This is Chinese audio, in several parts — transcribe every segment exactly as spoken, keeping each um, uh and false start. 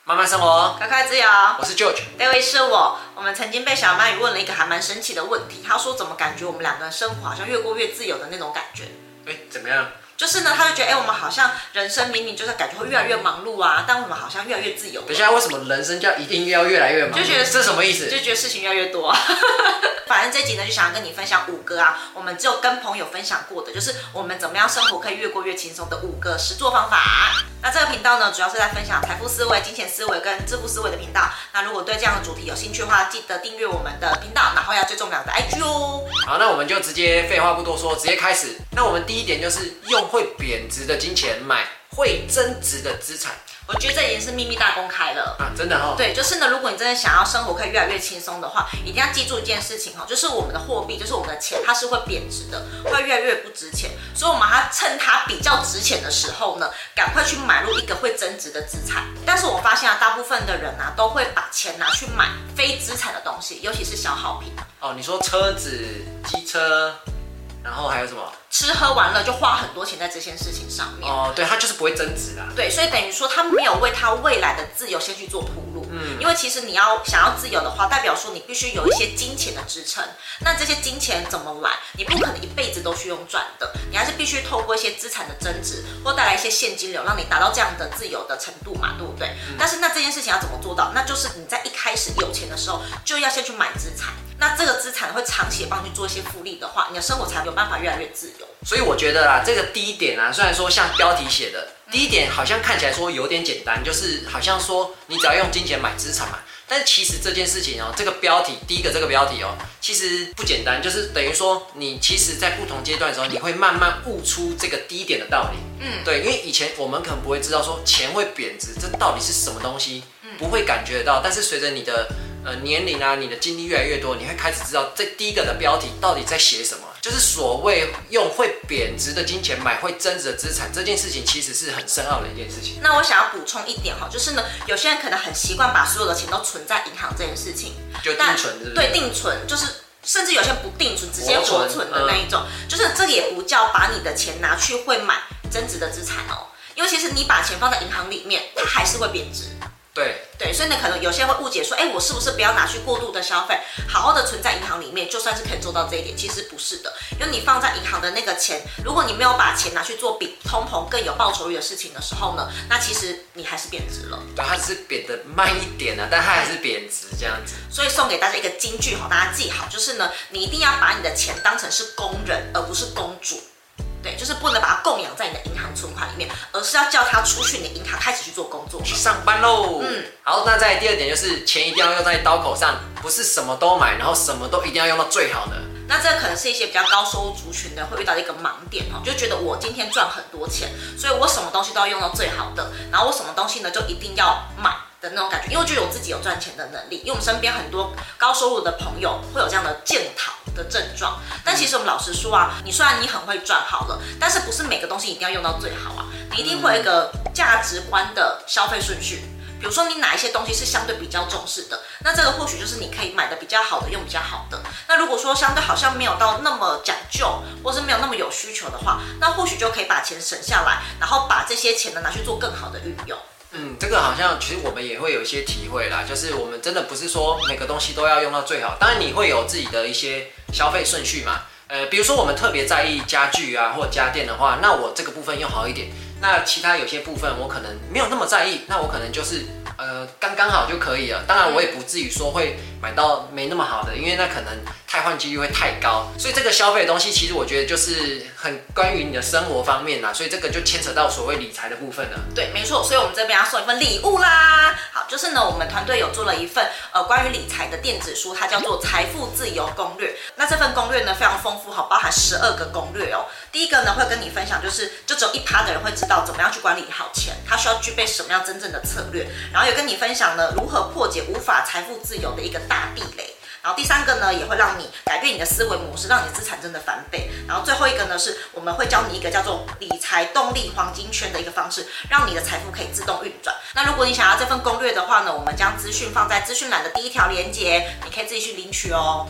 慢慢生活， 快快自由。 我是 George， 这位是我。我们曾经被小鳗鱼问了一个还蛮神奇的问题，他说怎么感觉我们两个人生活好像越过越自由的那种感觉？ 哎，怎么样？ 就是呢，他就觉得，哎、欸，我们好像人生明明就是感觉会越来越忙碌啊，但我们好像越来越自由。 等一下，为什么人生叫一定要越来越忙碌？ 就觉得这什么意思？ 就觉得事情越来越多、啊。反正这集呢，就想要跟你分享五个啊，我们只有跟朋友分享过的，就是我们怎么样生活可以越过越轻松的五个实作方法。那这个频道呢，主要是在分享财富思维、金钱思维跟致富思维的频道。那如果对这样的主题有兴趣的话，记得订阅我们的频道，然后要追踪我们的 I G 哦。 好，那我们就直接废话不多说，直接开始。那我们第一点就是用会贬值的金钱买会增值的资产。 我觉得这已经是秘密大公开了啊，真的哈、哦。 对，就是呢，如果你真的想要生活可以越来越轻松的话，一定要记住一件事情哈，就是我们的货币，就是我们的钱，它是会贬值的，会越来越不值钱。所以我们还要趁它比较值钱的时候呢，赶快去买入一个会增值的资产。但是我发现啊，大部分的人啊，都会把钱拿去买非资产的东西，尤其是消耗品。 哦，你说车子、机车，然后还有什么？ 吃喝玩乐就花很多钱在这件事情上面。 哦，对，它就是不会增值啦。 对，所以等于说他没有为他未来的自由先去做铺路。嗯，因为其实你要想要自由的话，代表说你必须有一些金钱的支撑。那这些金钱怎么来？你不可能一辈子都去用赚的，你还是必须透过一些资产的增值，或带来一些现金流，让你达到这样的自由的程度嘛，对不对？嗯、但是那这件事情要怎么做到？那就是你在一开始有钱的时候，就要先去买资产。那这个资产会长期帮你做一些复利的话，你的生活才有办法越来越自由。 所以我觉得啦，这个第一点啊，虽然说像标题写的，第一点好像看起来说有点简单，就是好像说你只要用金钱买资产嘛。但是其实这件事情哦，这个标题，第一个这个标题哦，其实不简单，就是等于说你其实在不同阶段的时候，你会慢慢悟出这个第一点的道理。嗯，对，因为以前我们可能不会知道说钱会贬值，这到底是什么东西，不会感觉得到。但是随着你的呃年龄啊，你的经历越来越多，你会开始知道这第一个的标题到底在写什么。就是所谓用会贬值的金钱买会增值的资产，这件事情其实是很深奥的一件事情。 那我想要补充一点哈，就是呢，有些人可能很习惯把所有的钱都存在银行这件事情， 就定存是不是？ 对，定存就是。甚至有些人不定存，直接活存的那一种，嗯、就是这个也不叫把你的钱拿去会买增值的资产哦，因为其实你把钱放在银行里面，它还是会贬值。 对对，所以呢，可能有些人会误解说，哎，我是不是不要拿去过度的消费，好好的存在银行里面，就算是可以做到这一点？其实不是的，因为你放在银行的那个钱，如果你没有把钱拿去做比通膨更有报酬率的事情的时候呢，那其实你还是贬值了。 对，它只是贬得慢一点啊，但它还是贬值这样子。 所以送给大家一个金句哈，大家记好，就是呢，你一定要把你的钱当成是工人，而不是公主。对，就是不能把它供养在你的银行存款里面，而是要叫他出去你的银行开始去做工作， 去上班喽。 嗯， 好，那再来第二点就是钱一定要用在刀口上，不是什么都买，然后什么都一定要用到最好的。 那这可能是一些比较高收入族群的会遇到的一个盲点哦，就觉得我今天赚很多钱，所以我什么东西都要用到最好的，然后我什么东西呢就一定要买的那种感觉，因为我觉得我自己有赚钱的能力，因为我们身边很多高收入的朋友会有这样的健讨的症状。但其实我们老实说啊，你虽然你很会赚好了，但是不是每个东西一定要用到最好啊，你一定会有一个价值观的消费顺序。比如说你哪一些东西是相对比较重视的，那这个或许就是你可以买的比较好的，用比较好的。那如果说相对好像没有到那么讲究，或是没有那么有需求的话，那或许就可以把钱省下来，然后把这些钱呢拿去做更好的运用。 嗯，这个好像其实我们也会有一些体会啦，就是我们真的不是说每个东西都要用到最好，当然你会有自己的一些消费顺序嘛。呃，比如说我们特别在意家具啊或家电的话，那我这个部分用好一点，那其他有些部分我可能没有那么在意，那我可能就是呃刚刚好就可以了。当然我也不至于说会买到没那么好的，因为那可能汰换几率会太高。所以这个消费的东西，其实我觉得就是很关于你的生活方面啦，所以这个就牵扯到所谓理财的部分了。 对，没错，所以我们这边要送一份礼物啦。好，就是呢，我们团队有做了一份呃关于理财的电子书，它叫做《财富自由攻略》。那这份攻略呢非常丰富，好，包含十二个攻略哦。第一个呢会跟你分享，就是就只有一趴的人会知道怎么样去管理好钱，他需要具备什么样真正的策略。然后也跟你分享呢如何破解无法财富自由的一个大地雷。然后第三个呢，也会让你改变你的思维模式，让你的资产真的翻倍。然后最后一个呢，是我们会教你一个叫做理财动力黄金圈的一个方式，让你的财富可以自动运转。那如果你想要这份攻略的话呢，我们将资讯放在资讯栏的第一条连结，你可以自己去领取哦。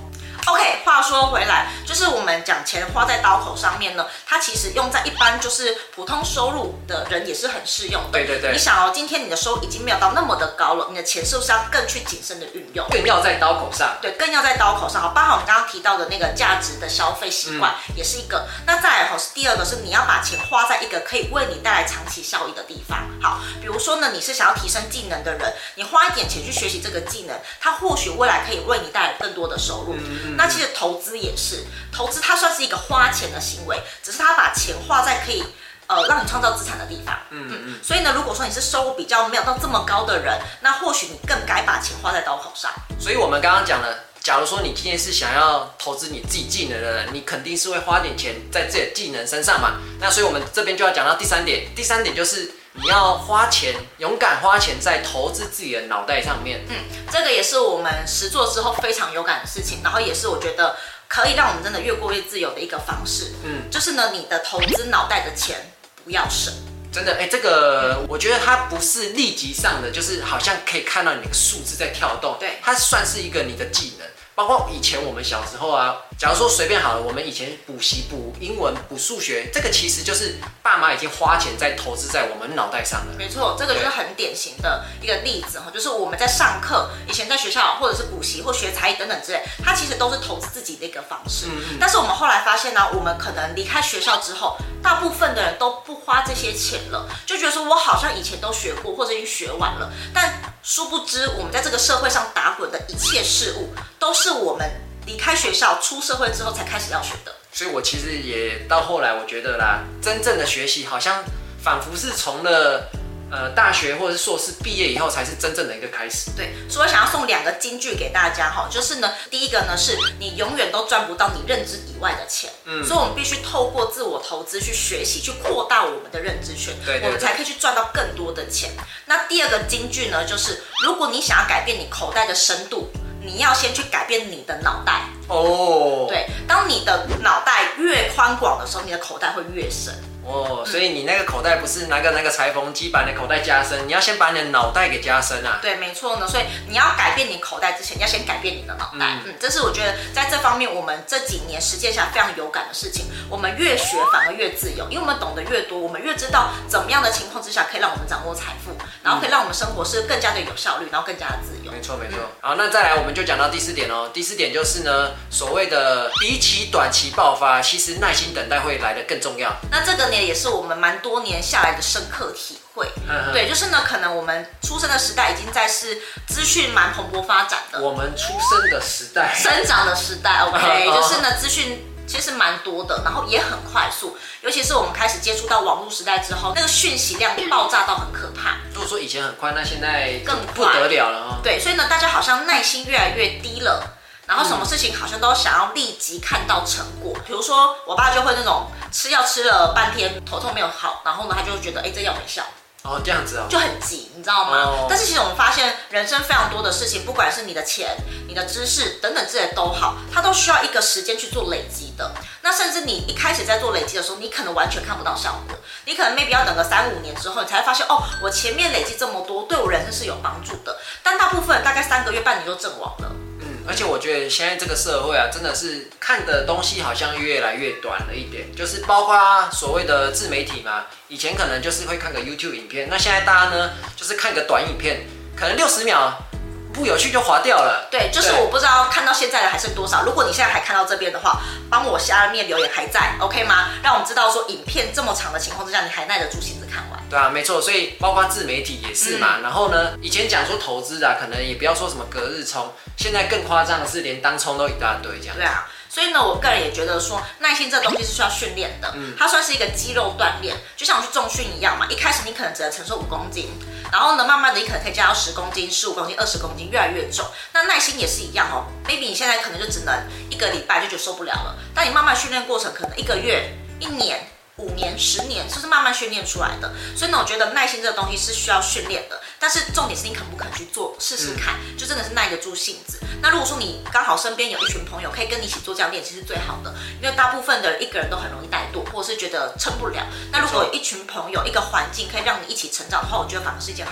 OK， 话说回来，就是我们讲钱花在刀口上面呢，它其实用在一般就是普通收入的人也是很适用的。 对对对。 你想哦，今天你的收入已经没有到那么的高了，你的钱是不是要更去谨慎的运用？ 更要在刀口上。 对，更要在刀口上。好，包含我们刚刚提到的那个价值的消费习惯、嗯、也是一个。那再来哈，是第二个是你要把钱花在一个可以为你带来长期效益的地方。好，比如说呢，你是想要提升技能的人，你花一点钱去学习这个技能，它或许未来可以为你带来更多的收入。嗯、那其实投资也是，投资它算是一个花钱的行为，只是它把钱花在可以呃让你创造资产的地方。嗯嗯。所以呢，如果说你是收入比较没有到这么高的人，那或许你更该把钱花在刀口上。 所以我们刚刚讲了。假如说你今天是想要投资你自己技能的人，你肯定是会花点钱在自己的技能身上嘛。那所以我们这边就要讲到第三点，第三点就是你要花钱，勇敢花钱在投资自己的脑袋上面。 嗯，这个也是我们实做之后非常有感的事情，然后也是我觉得可以让我们真的越过越自由的一个方式。嗯，就是呢，你的投资脑袋的钱不要省。 真的，哎、欸，这个我觉得它不是立即上的，就是好像可以看到你的数字在跳动。 对， 它算是一个你的技能。包括以前我们小时候啊，假如说随便好了，我们以前补习、补英文、补数学，这个其实就是爸妈已经花钱在投资在我们脑袋上了。 没错，这个就是很典型的一个例子哈，就是我们在上课，以前在学校或者是补习或学才艺等等之类，它其实都是投资自己的一个方式。嗯嗯。但是我们后来发现呢、啊，我们可能离开学校之后，大部分的人都不花这些钱了，就觉得说我好像以前都学过或者已经学完了，但殊不知我们在这个社会上打滚的一切事物，都是我们离开学校出社会之后才开始要学的。 所以我其实也到后来我觉得啦，真正的学习好像仿佛是从了呃大学或者是硕士毕业以后才是真正的一个开始。 对，所以我想要送两个金句给大家哈，就是呢，第一个呢是你永远都赚不到你认知以外的钱，嗯，所以我们必须透过自我投资去学习，去扩大我们的认知圈，对对对，我们才可以去赚到更多的钱。那第二个金句呢，就是如果你想要改变你口袋的深度，你要先去改变你的脑袋。哦，对，当你的脑袋越宽广的时候，你的口袋会越深。 哦，所以你那个口袋不是拿个那个裁缝机把你的口袋加深，你要先把你的脑袋给加深啊。 对，没错呢。所以你要改变你口袋之前，你要先改变你的脑袋。嗯, 嗯，这是我觉得在这方面我们这几年实践下非常有感的事情。我们越学反而越自由，因为我们懂得越多，我们越知道怎么样的情况之下可以让我们掌握财富，然后可以让我们生活是更加的有效率，然后更加的自由。 没错没错。嗯、好，那再来我们就讲到第四点哦。第四点就是呢，所谓的比起短期爆发，其实耐心等待会来得更重要。 那这个呢，也是我们蛮多年下来的深刻体会。嗯、对，就是呢，可能我们出生的时代已经在是资讯蛮蓬勃发展的。 我们出生的时代， 生长的时代 ，OK， 就是呢，资讯其实蛮多的，然后也很快速。尤其是我们开始接触到网络时代之后，那个讯息量爆炸到很可怕。 如果说以前很快，那现在更不得了了哦。 对，所以呢，大家好像耐心越来越低了。然后什么事情好像都想要立即看到成果，比如说我爸就会那种吃药吃了半天头痛没有好，然后呢他就觉得哎这药没效， 哦这样子哦， 就很急，你知道吗？哦、但是其实我们发现人生非常多的事情，不管是你的钱、你的知识等等这些都好，它都需要一个时间去做累积的。那甚至你一开始在做累积的时候，你可能完全看不到效果，你可能 maybe 要等个三五年之后，你才会发现哦，我前面累积这么多，对我人生是有帮助的。但大部分人大概三个月、半年就阵亡了。 而且我觉得现在这个社会啊，真的是看的东西好像越来越短了一点，就是包括所谓的自媒体嘛，以前可能就是会看个 YouTube 影片，那现在大家呢就是看个短影片，可能六十秒不有趣就滑掉了。 对，就是我不知道看到现在的还剩多少。如果你现在还看到这边的话，帮我下面留言还在 ，OK 吗？让我们知道说影片这么长的情况之下，你还耐得住性子看完。 对啊，没错，所以包括自媒体也是嘛。嗯、然后呢，以前讲说投资啊，可能也不要说什么隔日冲，现在更夸张的是连当冲都一大堆这样。 对啊。所以呢，我个人也觉得说，耐心这东西是需要训练的，嗯、它算是一个肌肉锻炼，就像我去重训一样嘛。一开始你可能只能承受五公斤，然后呢，慢慢的你可能可以加到十公斤、十五公斤、二十公斤，越来越重。那耐心也是一样哦 ，maybe 你现在可能就只能一个礼拜就觉得受不了了，但你慢慢训练过程可能一个月、一年。五年、十年，就是慢慢训练出来的。所以呢，我觉得耐心这个东西是需要训练的，但是重点是你肯不肯去做，试试看，嗯、就真的是耐得住性子。那如果说你刚好身边有一群朋友可以跟你一起做这样练习是最好的，因为大部分的人一个人都很容易怠惰，或者是觉得撑不了。那如果有一群朋友、一个环境可以让你一起成长的话，我觉得反而是一件好事。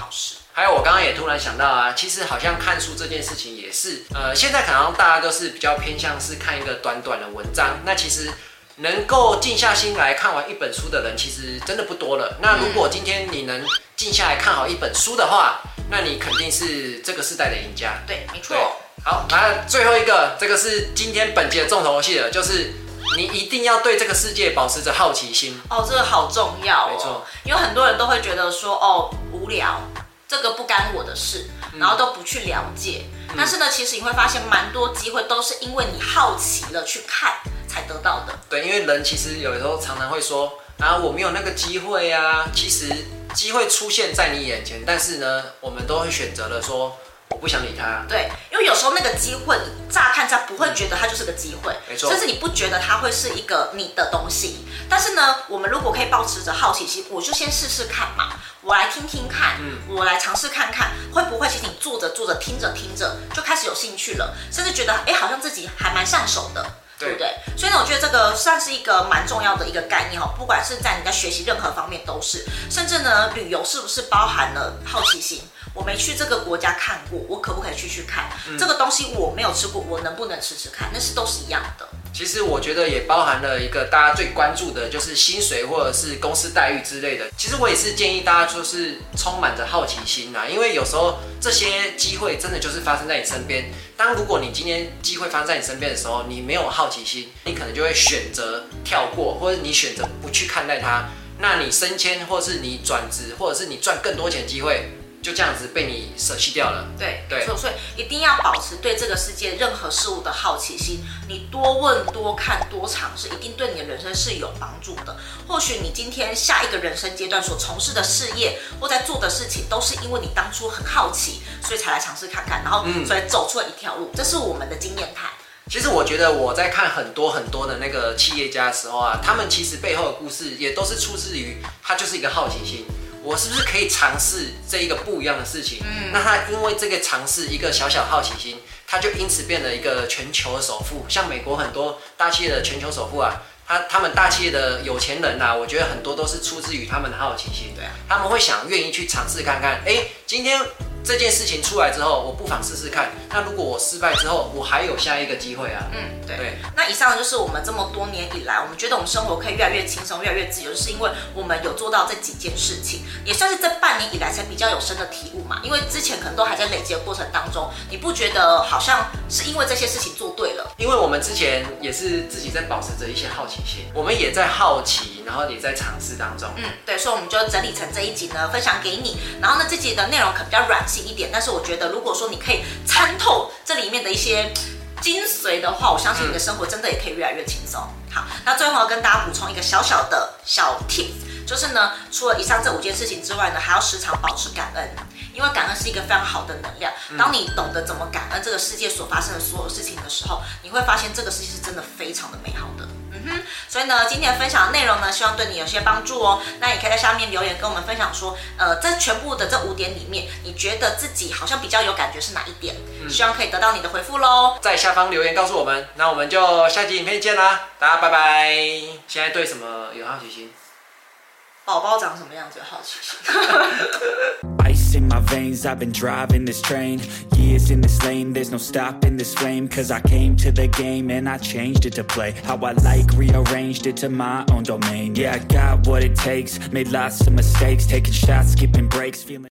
还有我刚刚也突然想到啊，其实好像看书这件事情也是，呃，现在可能大家都是比较偏向是看一个短短的文章，那其实能够静下心来看完一本书的人，其实真的不多了。那如果今天你能静下来看好一本书的话，那你肯定是这个时代的赢家。 对，没错。 好，那最后一个，这个是今天本节的重头戏了，就是你一定要对这个世界保持着好奇心。 哦，这个好重要哦。 没错， 因为很多人都会觉得说，哦，无聊，这个不干我的事，然后都不去了解。嗯、但是呢，其实你会发现，蛮多机会都是因为你好奇了去看才得到的。 对，因为人其实有时候常常会说，啊，我没有那个机会啊。其实机会出现在你眼前，但是呢，我们都会选择了说。我不想理他。 对，因为有时候那个机会，你乍看乍不会觉得它就是个机会， 没错， 甚至你不觉得它会是一个你的东西。但是呢，我们如果可以保持着好奇心，我就先试试看嘛，我来听听看，嗯，我来尝试看看，会不会其实你做着做着，听着听着，就开始有兴趣了，甚至觉得哎，好像自己还蛮上手的。对不对？所以呢，我觉得这个算是一个蛮重要的一个概念哈，不管是在你在学习任何方面都是，甚至呢，旅游是不是包含了好奇心？我没去这个国家看过，我可不可以去去看？嗯、这个东西我没有吃过，我能不能吃吃看？那是都是一样的。 其实我觉得也包含了一个大家最关注的，就是薪水或者是公司待遇之类的。其实我也是建议大家就是充满着好奇心啊，因为有时候这些机会真的就是发生在你身边。当如果你今天机会发生在你身边的时候，你没有好奇心，你可能就会选择跳过，或者你选择不去看待它。那你升迁，或者是你转职，或者是你赚更多钱的机会，就这样子被你舍弃掉了。 对，没错，所以一定要保持对这个世界任何事物的好奇心。你多问、多看、多尝试，一定对你的人生是有帮助的。或许你今天下一个人生阶段所从事的事业或在做的事情，都是因为你当初很好奇，所以才来尝试看看，然后所以走出了一条路。这是我们的经验谈。 其实我觉得我在看很多很多的那个企业家的时候啊，他们其实背后的故事也都是出自于他就是一个好奇心。我是不是可以尝试这一个不一样的事情？嗯，那他因为这个尝试一个小小好奇心，他就因此变了一个全球的首富。像美国很多大企业的全球首富啊，他他们大企业的有钱人啊，我觉得很多都是出自于他们的好奇心。对啊，他们会想愿意去尝试看看，哎，今天这件事情出来之后，我不妨试试看。那如果我失败之后，我还有下一个机会啊。 嗯，对。对，那以上就是我们这么多年以来，我们觉得我们生活可以越来越轻松，越来越自由，就是因为我们有做到这几件事情，也算是这半年以来才比较有深的体悟嘛。因为之前可能都还在累积的过程当中，你不觉得好像是因为这些事情做对了？ 因为我们之前也是自己在保持着一些好奇心，我们也在好奇，然后也在尝试当中。 嗯，对，所以我们就整理成这一集呢，分享给你。然后呢，这集的内容可能比较软性一点，但是我觉得如果说你可以参透这里面的一些精髓的话，我相信你的生活真的也可以越来越轻松。好，那最后跟大家补充一个小小的小 tip， 就是呢，除了以上这五件事情之外呢，还要时常保持感恩，因为感恩是一个非常好的能量。当你懂得怎么感恩这个世界所发生的所有事情的时候，你会发现这个世界是真的非常的美好的。嗯哼，所以呢，今天分享的内容呢，希望对你有些帮助哦。那也可以在下面留言跟我们分享说，呃，在全部的这五点里面，你觉得自己好像比较有感觉是哪一点？嗯、希望可以得到你的回复喽。 在下方留言告诉我们，那我们就下集影片见啦，大家拜拜。现在对什么有好奇心？ 宝宝长什么样子有好奇心 ？Ice in my veins, I've been driving this train. Years in this lane, there's no stopping this flame. Cause I came to the game and I changed it to play how I like, rearranged it to my own domain. Yeah, I got what it takes, made lots of mistakes, taking shots, skipping breaks, feeling